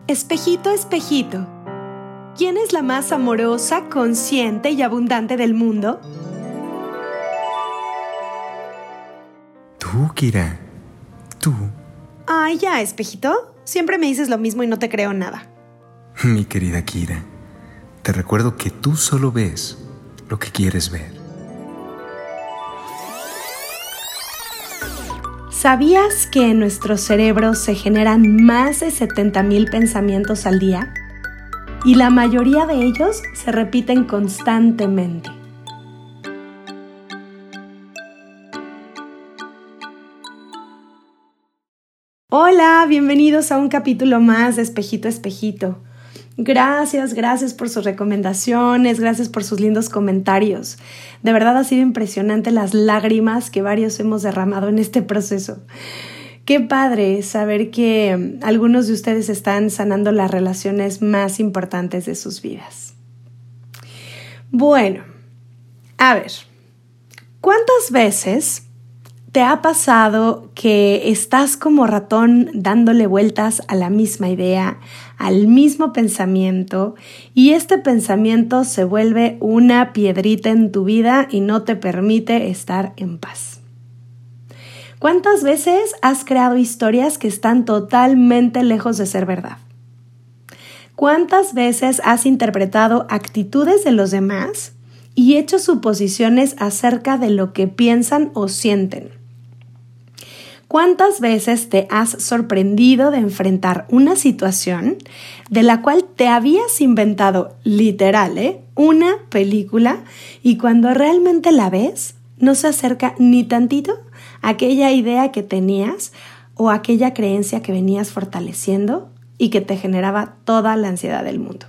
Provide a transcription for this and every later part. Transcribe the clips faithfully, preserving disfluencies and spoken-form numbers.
Espejito, espejito, ¿quién es la más amorosa, consciente y abundante del mundo? Tú, Kira. Tú. Ay, ya, espejito. Siempre me dices lo mismo y no te creo nada. Mi querida Kira, te recuerdo que tú solo ves lo que quieres ver. ¿Sabías que en nuestro cerebro se generan más de setenta mil pensamientos al día? Y la mayoría de ellos se repiten constantemente. Hola, bienvenidos a un capítulo más de Espejito, Espejito. Gracias, gracias por sus recomendaciones, gracias por sus lindos comentarios. De verdad ha sido impresionante las lágrimas que varios hemos derramado en este proceso. Qué padre saber que algunos de ustedes están sanando las relaciones más importantes de sus vidas. Bueno, a ver, ¿cuántas veces te ha pasado que estás como ratón dándole vueltas a la misma idea, al mismo pensamiento, y este pensamiento se vuelve una piedrita en tu vida y no te permite estar en paz? ¿Cuántas veces has creado historias que están totalmente lejos de ser verdad? ¿Cuántas veces has interpretado actitudes de los demás y hecho suposiciones acerca de lo que piensan o sienten? ¿Cuántas veces te has sorprendido de enfrentar una situación de la cual te habías inventado, literal, ¿eh? una película, y cuando realmente la ves, no se acerca ni tantito a aquella idea que tenías o aquella creencia que venías fortaleciendo y que te generaba toda la ansiedad del mundo?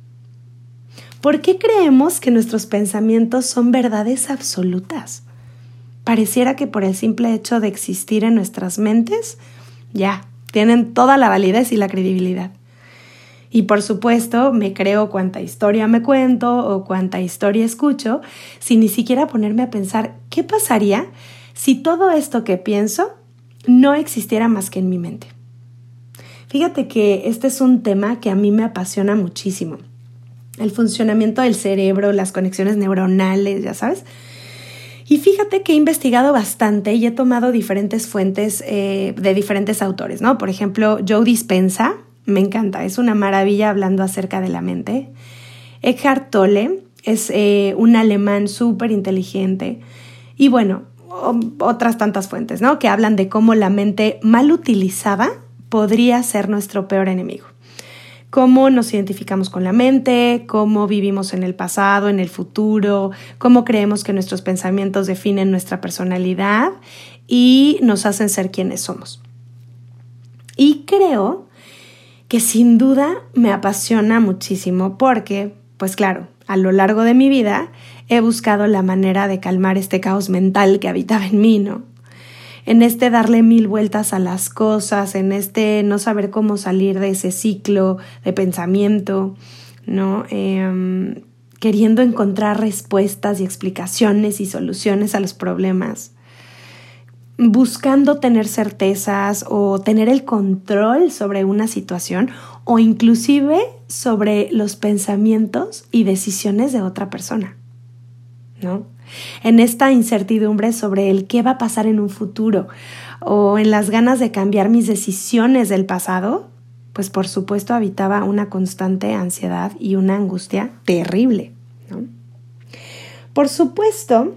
¿Por qué creemos que nuestros pensamientos son verdades absolutas? Pareciera que por el simple hecho de existir en nuestras mentes, ya, tienen toda la validez y la credibilidad. Y por supuesto, me creo cuánta historia me cuento o cuánta historia escucho, sin ni siquiera ponerme a pensar qué pasaría si todo esto que pienso no existiera más que en mi mente. Fíjate que este es un tema que a mí me apasiona muchísimo. El funcionamiento del cerebro, las conexiones neuronales, ya sabes. Y fíjate que he investigado bastante y he tomado diferentes fuentes eh, de diferentes autores, ¿no? Por ejemplo, Joe Dispenza, me encanta, es una maravilla hablando acerca de la mente. Eckhart Tolle es eh, un alemán súper inteligente. Y bueno, o, otras tantas fuentes, ¿no? Que hablan de cómo la mente mal utilizada podría ser nuestro peor enemigo. Cómo nos identificamos con la mente, cómo vivimos en el pasado, en el futuro, cómo creemos que nuestros pensamientos definen nuestra personalidad y nos hacen ser quienes somos. Y creo que sin duda me apasiona muchísimo porque, pues claro, a lo largo de mi vida he buscado la manera de calmar este caos mental que habitaba en mí, ¿no? En este darle mil vueltas a las cosas, en este no saber cómo salir de ese ciclo de pensamiento, ¿no? Eh, queriendo encontrar respuestas y explicaciones y soluciones a los problemas, buscando tener certezas o tener el control sobre una situación o inclusive sobre los pensamientos y decisiones de otra persona, ¿no? En esta incertidumbre sobre el qué va a pasar en un futuro o en las ganas de cambiar mis decisiones del pasado, pues por supuesto habitaba una constante ansiedad y una angustia terrible, ¿no? Por supuesto,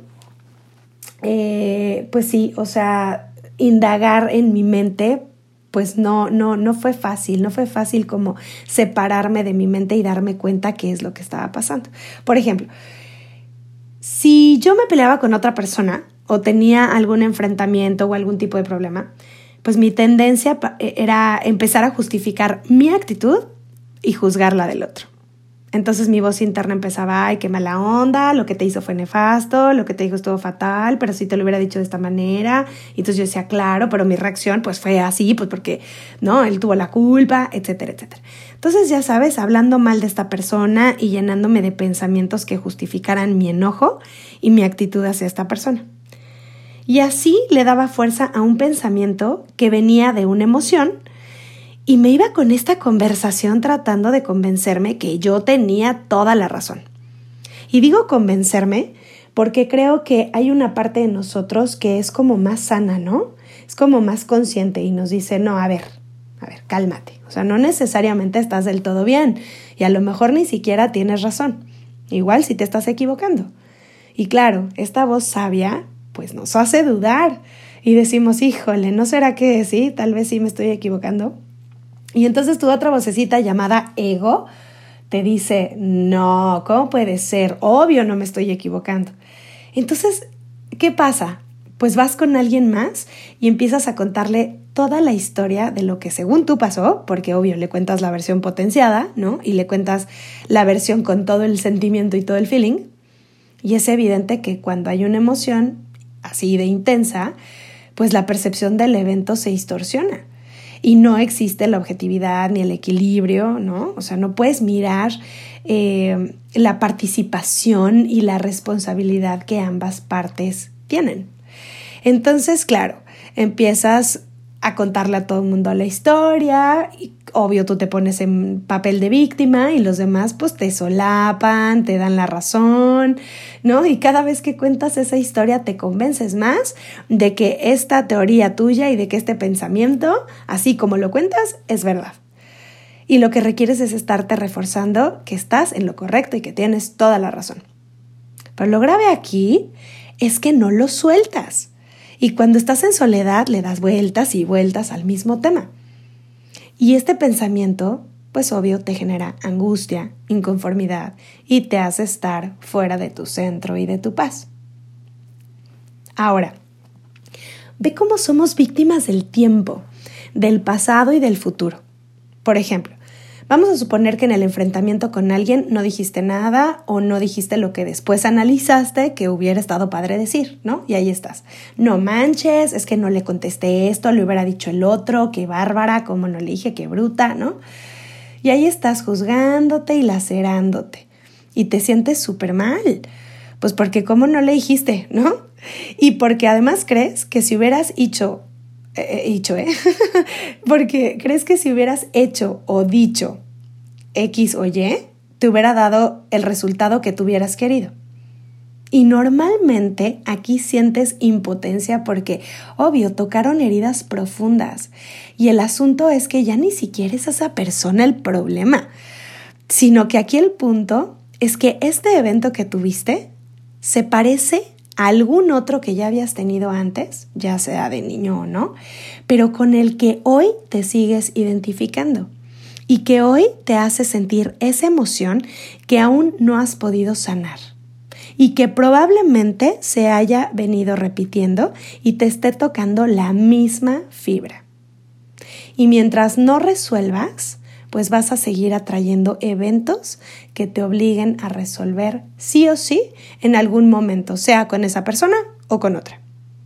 eh, pues sí, o sea, indagar en mi mente, pues no, no, no fue fácil, no fue fácil como separarme de mi mente y darme cuenta qué es lo que estaba pasando. Por ejemplo, si yo me peleaba con otra persona o tenía algún enfrentamiento o algún tipo de problema, pues mi tendencia era empezar a justificar mi actitud y juzgar la del otro. Entonces mi voz interna empezaba, ay, qué mala onda, lo que te hizo fue nefasto, lo que te dijo estuvo fatal, pero si te lo hubiera dicho de esta manera. Y entonces yo decía, claro, pero mi reacción pues fue así, pues porque, no, él tuvo la culpa, etcétera, etcétera. Entonces, ya sabes, hablando mal de esta persona y llenándome de pensamientos que justificaran mi enojo y mi actitud hacia esta persona. Y así le daba fuerza a un pensamiento que venía de una emoción Y me iba con esta conversación tratando de convencerme que yo tenía toda la razón. Y digo convencerme porque creo que hay una parte de nosotros que es como más sana, ¿no? Es como más consciente y nos dice, no, a ver, a ver, cálmate. O sea, no necesariamente estás del todo bien y a lo mejor ni siquiera tienes razón. Igual si te estás equivocando. Y claro, esta voz sabia pues nos hace dudar y decimos, híjole, ¿no será que sí? Tal vez sí me estoy equivocando. Y entonces tu otra vocecita llamada ego te dice, no, ¿cómo puede ser? Obvio no me estoy equivocando. Entonces, ¿qué pasa? Pues vas con alguien más y empiezas a contarle toda la historia de lo que según tú pasó, porque obvio le cuentas la versión potenciada, ¿no? Y le cuentas la versión con todo el sentimiento y todo el feeling. Y es evidente que cuando hay una emoción así de intensa, pues la percepción del evento se distorsiona. Y no existe la objetividad ni el equilibrio, ¿no? O sea, no puedes mirar eh, la participación y la responsabilidad que ambas partes tienen. Entonces, claro, empiezas a contarle a todo el mundo la historia y obvio tú te pones en papel de víctima y los demás pues te solapan, te dan la razón, ¿no? Y cada vez que cuentas esa historia te convences más de que esta teoría tuya y de que este pensamiento, así como lo cuentas, es verdad. Y lo que requieres es estarte reforzando que estás en lo correcto y que tienes toda la razón. Pero lo grave aquí es que no lo sueltas. Y cuando estás en soledad le das vueltas y vueltas al mismo tema. Y este pensamiento, pues obvio, te genera angustia, inconformidad y te hace estar fuera de tu centro y de tu paz. Ahora, ve cómo somos víctimas del tiempo, del pasado y del futuro. Por ejemplo, vamos a suponer que en el enfrentamiento con alguien no dijiste nada o no dijiste lo que después analizaste que hubiera estado padre decir, ¿no? Y ahí estás. No manches, es que no le contesté esto, le hubiera dicho el otro, qué bárbara, cómo no le dije, qué bruta, ¿no? Y ahí estás juzgándote y lacerándote. Y te sientes súper mal. Pues porque cómo no le dijiste, ¿no? Y porque además crees que si hubieras hecho... He dicho, ¿eh? Porque crees que si hubieras hecho o dicho X o Y, te hubiera dado el resultado que tú hubieras querido. Y normalmente aquí sientes impotencia porque, obvio, tocaron heridas profundas. Y el asunto es que ya ni siquiera es esa persona el problema, sino que aquí el punto es que este evento que tuviste se parece a algún otro que ya habías tenido antes, ya sea de niño o no, pero con el que hoy te sigues identificando y que hoy te hace sentir esa emoción que aún no has podido sanar y que probablemente se haya venido repitiendo y te esté tocando la misma fibra. Y mientras no resuelvas, pues vas a seguir atrayendo eventos que te obliguen a resolver sí o sí en algún momento, sea con esa persona o con otra.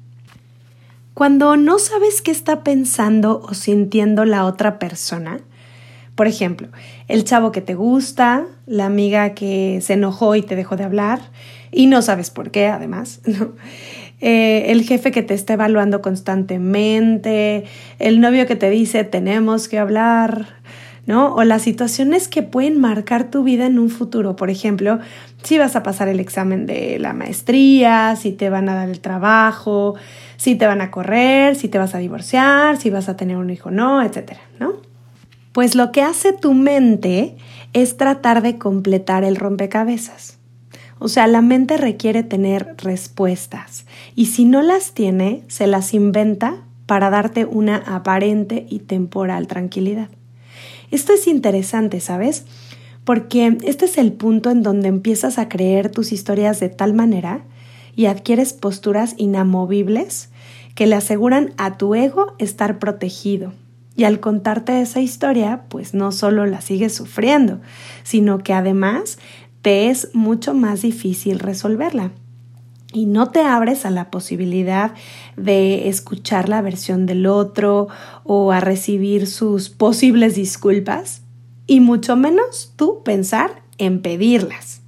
Cuando no sabes qué está pensando o sintiendo la otra persona, por ejemplo, el chavo que te gusta, la amiga que se enojó y te dejó de hablar y no sabes por qué además, ¿no? Eh, el jefe que te está evaluando constantemente, el novio que te dice tenemos que hablar, ¿no? O las situaciones que pueden marcar tu vida en un futuro. Por ejemplo, si vas a pasar el examen de la maestría, si te van a dar el trabajo, si te van a correr, si te vas a divorciar, si vas a tener un hijo o no, etcétera, ¿no? Pues lo que hace tu mente es tratar de completar el rompecabezas. O sea, la mente requiere tener respuestas y si no las tiene, se las inventa para darte una aparente y temporal tranquilidad. Esto es interesante, ¿sabes? Porque este es el punto en donde empiezas a creer tus historias de tal manera y adquieres posturas inamovibles que le aseguran a tu ego estar protegido. Y al contarte esa historia, pues no solo la sigues sufriendo, sino que además te es mucho más difícil resolverla. Y no te abres a la posibilidad de escuchar la versión del otro o a recibir sus posibles disculpas y mucho menos tú pensar en pedirlas.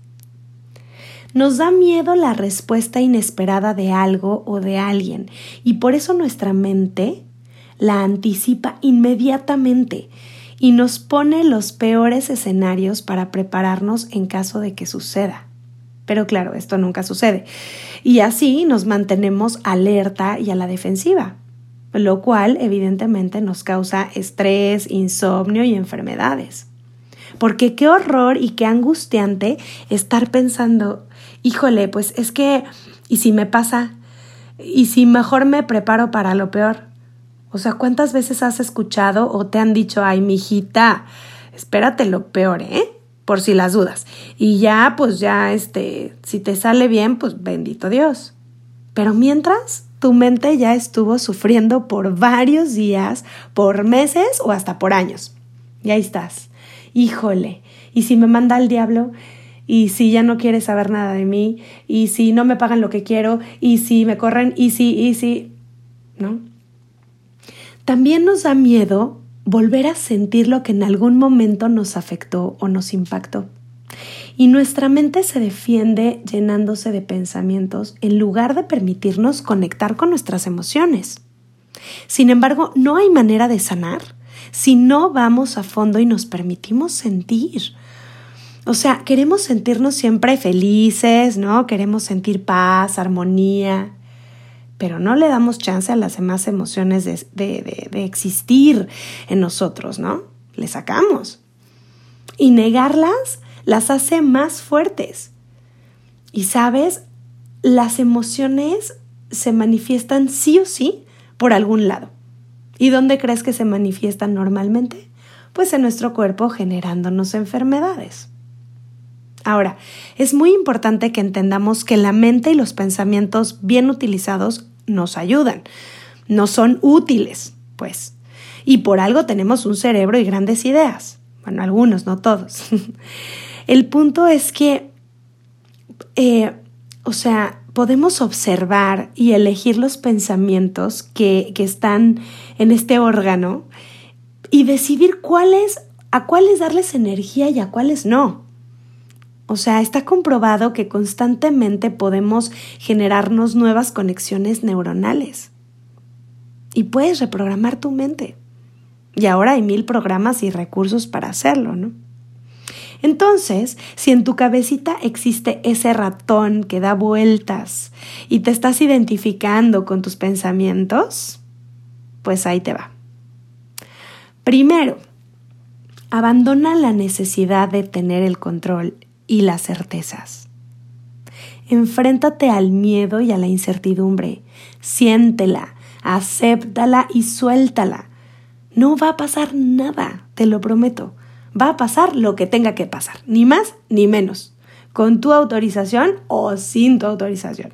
Nos da miedo la respuesta inesperada de algo o de alguien y por eso nuestra mente la anticipa inmediatamente y nos pone los peores escenarios para prepararnos en caso de que suceda. Pero claro, esto nunca sucede. Y así nos mantenemos alerta y a la defensiva, lo cual evidentemente nos causa estrés, insomnio y enfermedades. Porque qué horror y qué angustiante estar pensando, híjole, pues es que, ¿y si me pasa? ¿Y si mejor me preparo para lo peor? O sea, ¿cuántas veces has escuchado o te han dicho, ay, mijita, espérate lo peor, ¿eh? Por si las dudas. Y ya, pues ya, este, si te sale bien, pues bendito Dios. Pero mientras, tu mente ya estuvo sufriendo por varios días, por meses o hasta por años. Y ahí estás. Híjole, ¿y si me manda al diablo? ¿Y si ya no quiere saber nada de mí? ¿Y si no me pagan lo que quiero? ¿Y si me corren? ¿Y si, y si? ¿No? También nos da miedo volver a sentir lo que en algún momento nos afectó o nos impactó. Y nuestra mente se defiende llenándose de pensamientos en lugar de permitirnos conectar con nuestras emociones. Sin embargo, no hay manera de sanar si no vamos a fondo y nos permitimos sentir. O sea, queremos sentirnos siempre felices, ¿no? Queremos sentir paz, armonía, pero no le damos chance a las demás emociones de, de, de, de existir en nosotros, ¿no? Le sacamos. Y negarlas las hace más fuertes. Y, ¿sabes? Las emociones se manifiestan sí o sí por algún lado. ¿Y dónde crees que se manifiestan normalmente? Pues en nuestro cuerpo, generándonos enfermedades. Ahora, es muy importante que entendamos que la mente y los pensamientos bien utilizados nos ayudan. No son útiles, pues. Y por algo tenemos un cerebro y grandes ideas. Bueno, algunos, no todos. El punto es que, eh, o sea, podemos observar y elegir los pensamientos que, que están en este órgano y decidir cuáles, a cuáles darles energía y a cuáles no. O sea, está comprobado que constantemente podemos generarnos nuevas conexiones neuronales. Y puedes reprogramar tu mente. Y ahora hay mil programas y recursos para hacerlo, ¿no? Entonces, si en tu cabecita existe ese ratón que da vueltas y te estás identificando con tus pensamientos, pues ahí te va. Primero, abandona la necesidad de tener el control y las certezas. Enfréntate al miedo y a la incertidumbre. Siéntela, acéptala y suéltala. No va a pasar nada, te lo prometo. Va a pasar lo que tenga que pasar, ni más ni menos, con tu autorización o sin tu autorización.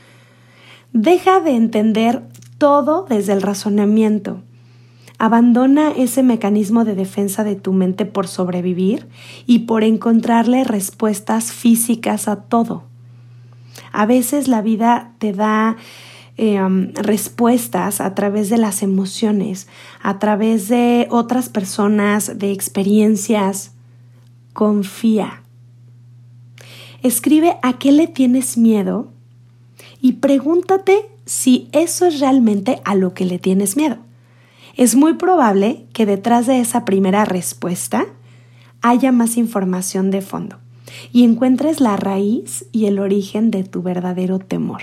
Deja de entender todo desde el razonamiento. Abandona ese mecanismo de defensa de tu mente por sobrevivir y por encontrarle respuestas físicas a todo. A veces la vida te da eh, um, respuestas a través de las emociones, a través de otras personas, de experiencias. Confía. Escribe a qué le tienes miedo y pregúntate si eso es realmente a lo que le tienes miedo. Es muy probable que detrás de esa primera respuesta haya más información de fondo y encuentres la raíz y el origen de tu verdadero temor.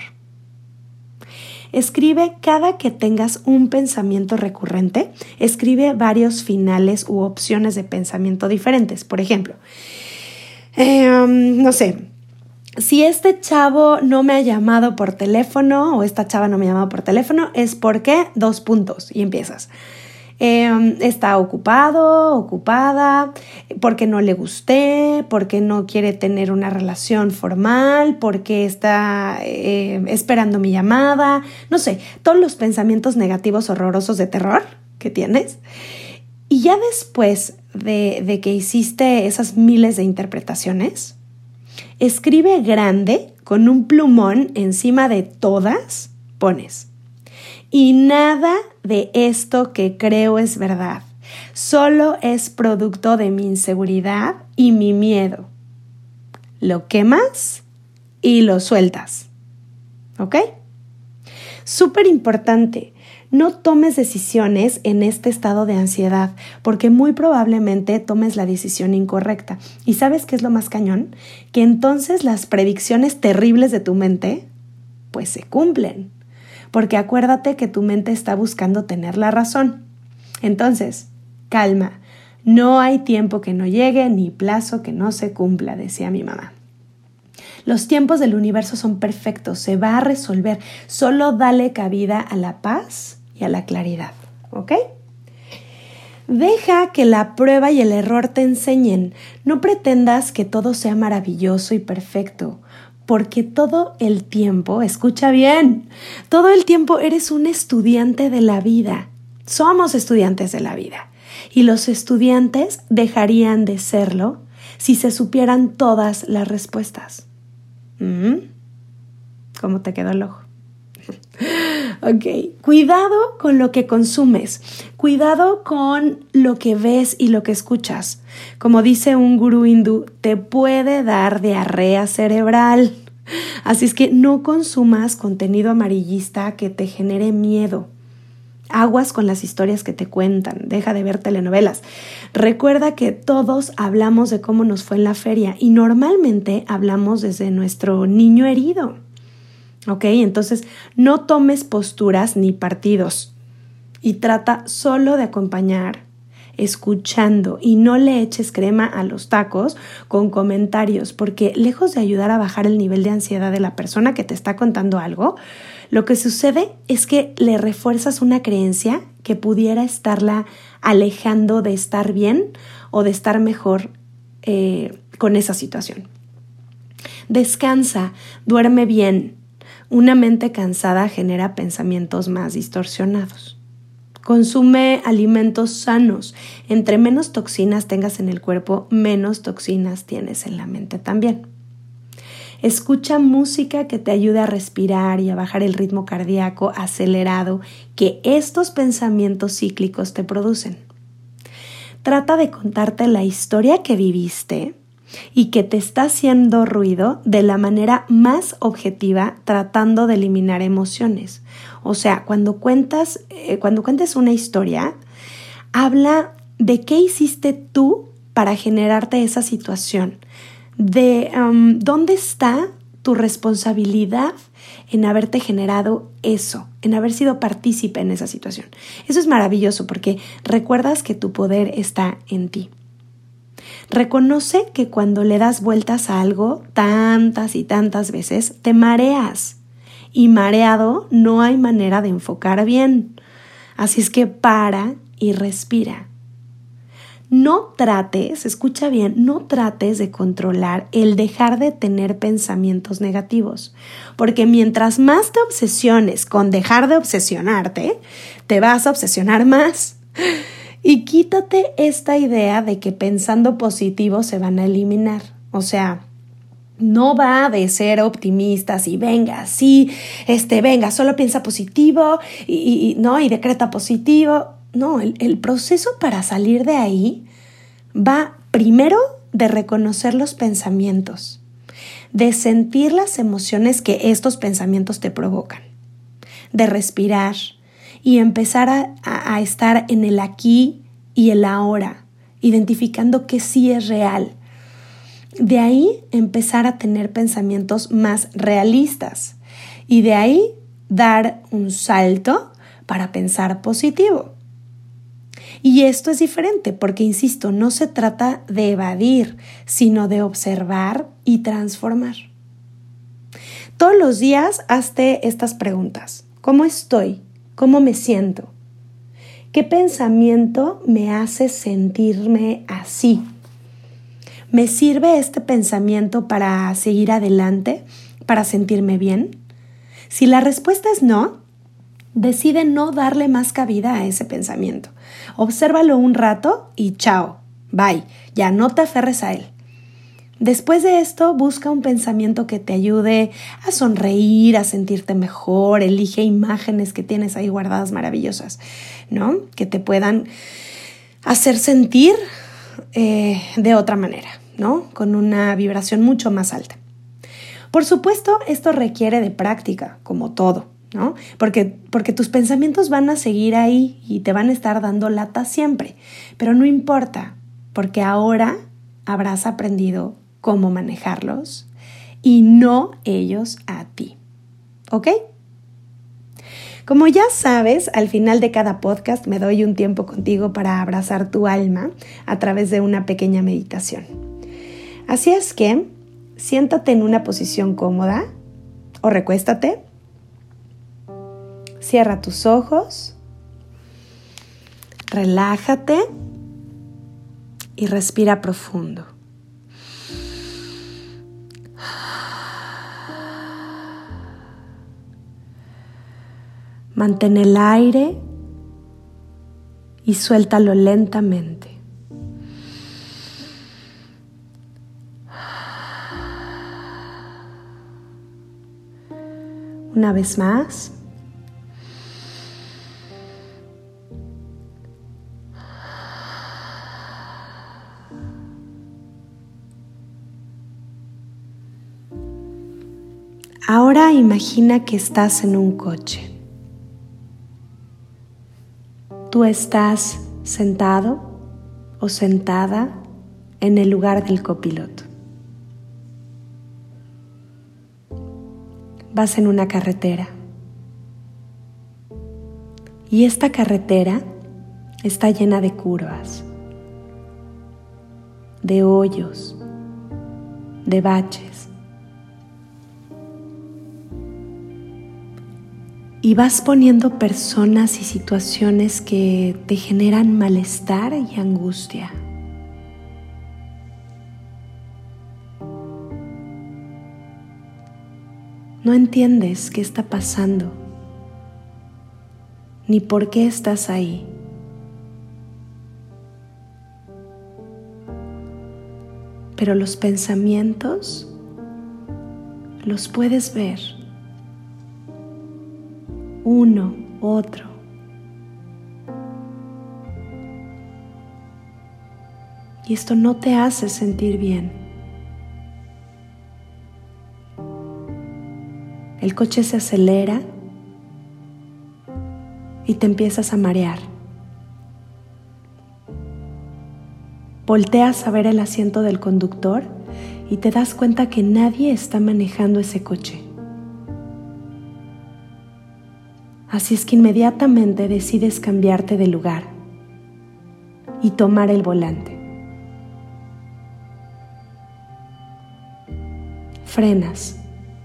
Escribe cada que tengas un pensamiento recurrente, escribe varios finales u opciones de pensamiento diferentes. Por ejemplo, eh, no sé, si este chavo no me ha llamado por teléfono o esta chava no me ha llamado por teléfono, es porque dos puntos y empiezas. Eh, está ocupado, ocupada, porque no le gusté, porque no quiere tener una relación formal, porque está eh, esperando mi llamada, no sé, todos los pensamientos negativos horrorosos de terror que tienes. Y ya después de, de que hiciste esas miles de interpretaciones, escribe grande con un plumón encima de todas, pones: y nada de esto que creo es verdad, solo es producto de mi inseguridad y mi miedo. Lo quemas y lo sueltas. ¿Ok? Súper importante. No tomes decisiones en este estado de ansiedad, porque muy probablemente tomes la decisión incorrecta. ¿Y sabes qué es lo más cañón? Que entonces las predicciones terribles de tu mente, pues se cumplen. Porque acuérdate que tu mente está buscando tener la razón. Entonces, calma. No hay tiempo que no llegue ni plazo que no se cumpla, decía mi mamá. Los tiempos del universo son perfectos, se va a resolver. Solo dale cabida a la paz y a la claridad, ¿ok? Deja que la prueba y el error te enseñen. No pretendas que todo sea maravilloso y perfecto, porque todo el tiempo, escucha bien, todo el tiempo eres un estudiante de la vida. Somos estudiantes de la vida. Y los estudiantes dejarían de serlo si se supieran todas las respuestas. ¿Mm? ¿Cómo te quedó el ojo? Ok, cuidado con lo que consumes, cuidado con lo que ves y lo que escuchas. Como dice un gurú hindú, te puede dar diarrea cerebral. Así es que no consumas contenido amarillista que te genere miedo. Aguas con las historias que te cuentan, deja de ver telenovelas. Recuerda que todos hablamos de cómo nos fue en la feria y normalmente hablamos desde nuestro niño herido. ¿Ok? Entonces no tomes posturas ni partidos y trata solo de acompañar, escuchando, y no le eches crema a los tacos con comentarios, porque lejos de ayudar a bajar el nivel de ansiedad de la persona que te está contando algo, lo que sucede es que le refuerzas una creencia que pudiera estarla alejando de estar bien o de estar mejor eh, con esa situación. Descansa, duerme bien. Una mente cansada genera pensamientos más distorsionados. Consume alimentos sanos. Entre menos toxinas tengas en el cuerpo, menos toxinas tienes en la mente también. Escucha música que te ayude a respirar y a bajar el ritmo cardíaco acelerado que estos pensamientos cíclicos te producen. Trata de contarte la historia que viviste y que te está haciendo ruido de la manera más objetiva, tratando de eliminar emociones. O sea, cuando cuentas, eh, cuando cuentes una historia, habla de qué hiciste tú para generarte esa situación, de um, dónde está tu responsabilidad en haberte generado eso, en haber sido partícipe en esa situación. Eso es maravilloso porque recuerdas que tu poder está en ti. Reconoce que cuando le das vueltas a algo tantas y tantas veces, te mareas. Y mareado no hay manera de enfocar bien. Así es que para y respira. No trates, escucha bien, no trates de controlar el dejar de tener pensamientos negativos. Porque mientras más te obsesiones con dejar de obsesionarte, te vas a obsesionar más. Y quítate esta idea de que pensando positivo se van a eliminar. O sea, no va de ser optimistas y venga, sí, este, venga, solo piensa positivo y, y, no, y decreta positivo. No, el, el proceso para salir de ahí va primero de reconocer los pensamientos, de sentir las emociones que estos pensamientos te provocan, de respirar y empezar a, a, a estar en el aquí y el ahora, identificando que sí es real. De ahí empezar a tener pensamientos más realistas y de ahí dar un salto para pensar positivo. Y esto es diferente porque, insisto, no se trata de evadir, sino de observar y transformar. Todos los días hazte estas preguntas. ¿Cómo estoy? ¿Cómo me siento? ¿Qué pensamiento me hace sentirme así? ¿Me sirve este pensamiento para seguir adelante, para sentirme bien? Si la respuesta es no, decide no darle más cabida a ese pensamiento. Obsérvalo un rato y chao, bye, ya no te aferres a él. Después de esto, busca un pensamiento que te ayude a sonreír, a sentirte mejor. Elige imágenes que tienes ahí guardadas maravillosas, ¿no? Que te puedan hacer sentir eh, de otra manera, ¿no? Con una vibración mucho más alta. Por supuesto, esto requiere de práctica, como todo, ¿no? Porque, porque tus pensamientos van a seguir ahí y te van a estar dando lata siempre. Pero no importa, porque ahora habrás aprendido cómo manejarlos y no ellos a ti. ¿Ok? Como ya sabes, al final de cada podcast me doy un tiempo contigo para abrazar tu alma a través de una pequeña meditación. Así es que, siéntate en una posición cómoda o recuéstate, cierra tus ojos, relájate y respira profundo. Mantén el aire y suéltalo lentamente. Una vez más. Ahora imagina que estás en un coche. Tú estás sentado o sentada en el lugar del copiloto. Vas en una carretera. Y esta carretera está llena de curvas, de hoyos, de baches. Y vas poniendo personas y situaciones que te generan malestar y angustia. No entiendes qué está pasando, ni por qué estás ahí. Pero los pensamientos los puedes ver. Uno, otro. Y esto no te hace sentir bien. El coche se acelera y te empiezas a marear. Volteas a ver el asiento del conductor y te das cuenta que nadie está manejando ese coche. Así es que inmediatamente decides cambiarte de lugar y tomar el volante. Frenas.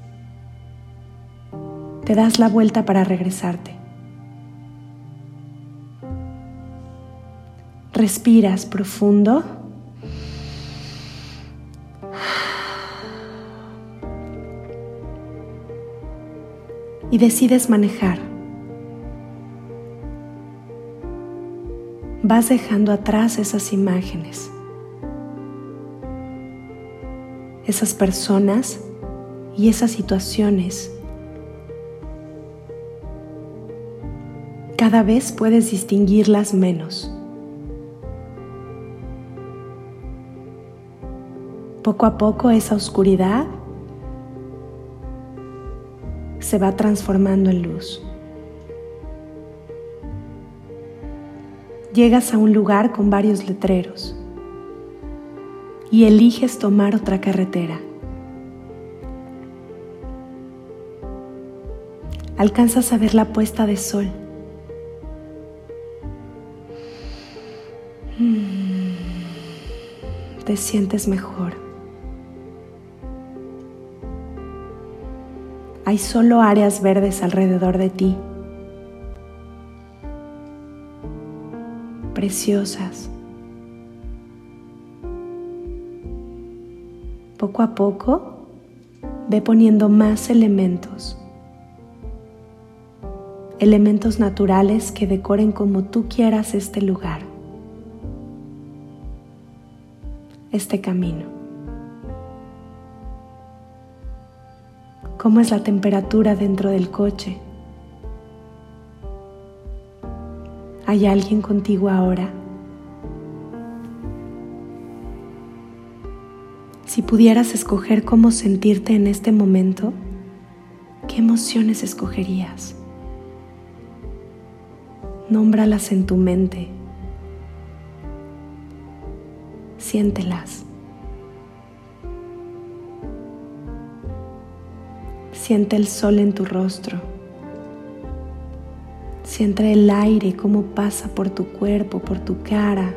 Te das la vuelta para regresarte. Respiras profundo. Y decides manejar. Vas dejando atrás esas imágenes, esas personas y esas situaciones. Cada vez puedes distinguirlas menos. Poco a poco esa oscuridad se va transformando en luz. Llegas a un lugar con varios letreros y eliges tomar otra carretera. Alcanzas a ver la puesta de sol. Te sientes mejor. Hay solo áreas verdes alrededor de ti. Preciosas. Poco a poco, ve poniendo más elementos. Elementos naturales que decoren como tú quieras este lugar, este camino. ¿Cómo es la temperatura dentro del coche? ¿Hay alguien contigo ahora? Si pudieras escoger cómo sentirte en este momento, ¿qué emociones escogerías? Nómbralas en tu mente. Siéntelas. Siente el sol en tu rostro. Siente el aire cómo pasa por tu cuerpo, por tu cara.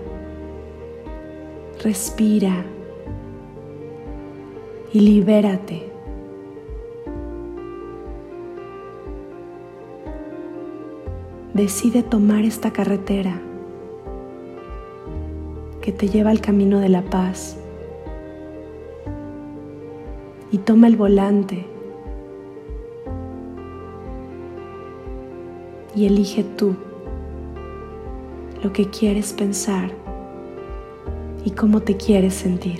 Respira y libérate. Decide tomar esta carretera que te lleva al camino de la paz y toma el volante y elige tú lo que quieres pensar y cómo te quieres sentir.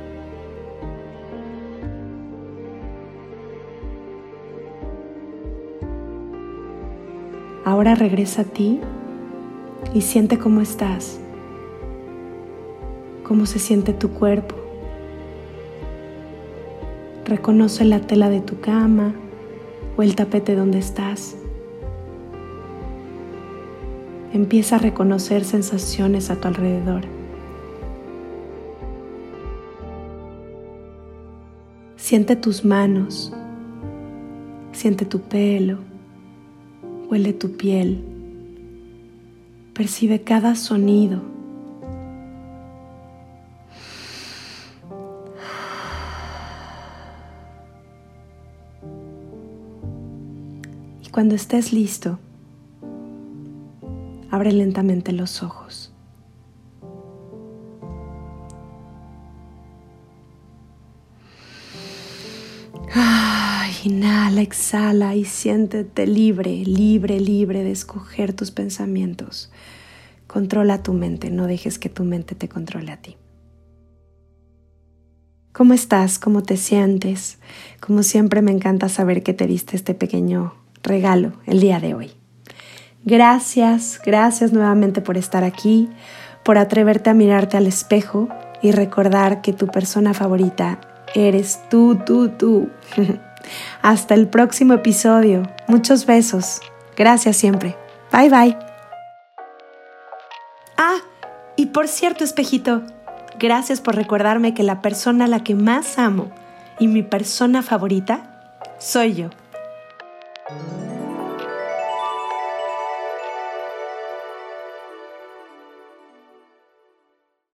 Ahora regresa a ti y siente cómo estás, cómo se siente tu cuerpo. Reconoce la tela de tu cama o el tapete donde estás. Empieza a reconocer sensaciones a tu alrededor. Siente tus manos, siente tu pelo, huele tu piel, percibe cada sonido. Y cuando estés listo, abre lentamente los ojos. Ah, inhala, exhala y siéntete libre, libre, libre de escoger tus pensamientos. Controla tu mente, no dejes que tu mente te controle a ti. ¿Cómo estás? ¿Cómo te sientes? Como siempre me encanta saber que te diste este pequeño regalo el día de hoy. Gracias, gracias nuevamente por estar aquí, por atreverte a mirarte al espejo y recordar que tu persona favorita eres tú, tú, tú. Hasta el próximo episodio. Muchos besos. Gracias siempre. Bye, bye. Ah, y por cierto, espejito, gracias por recordarme que la persona a la que más amo y mi persona favorita soy yo.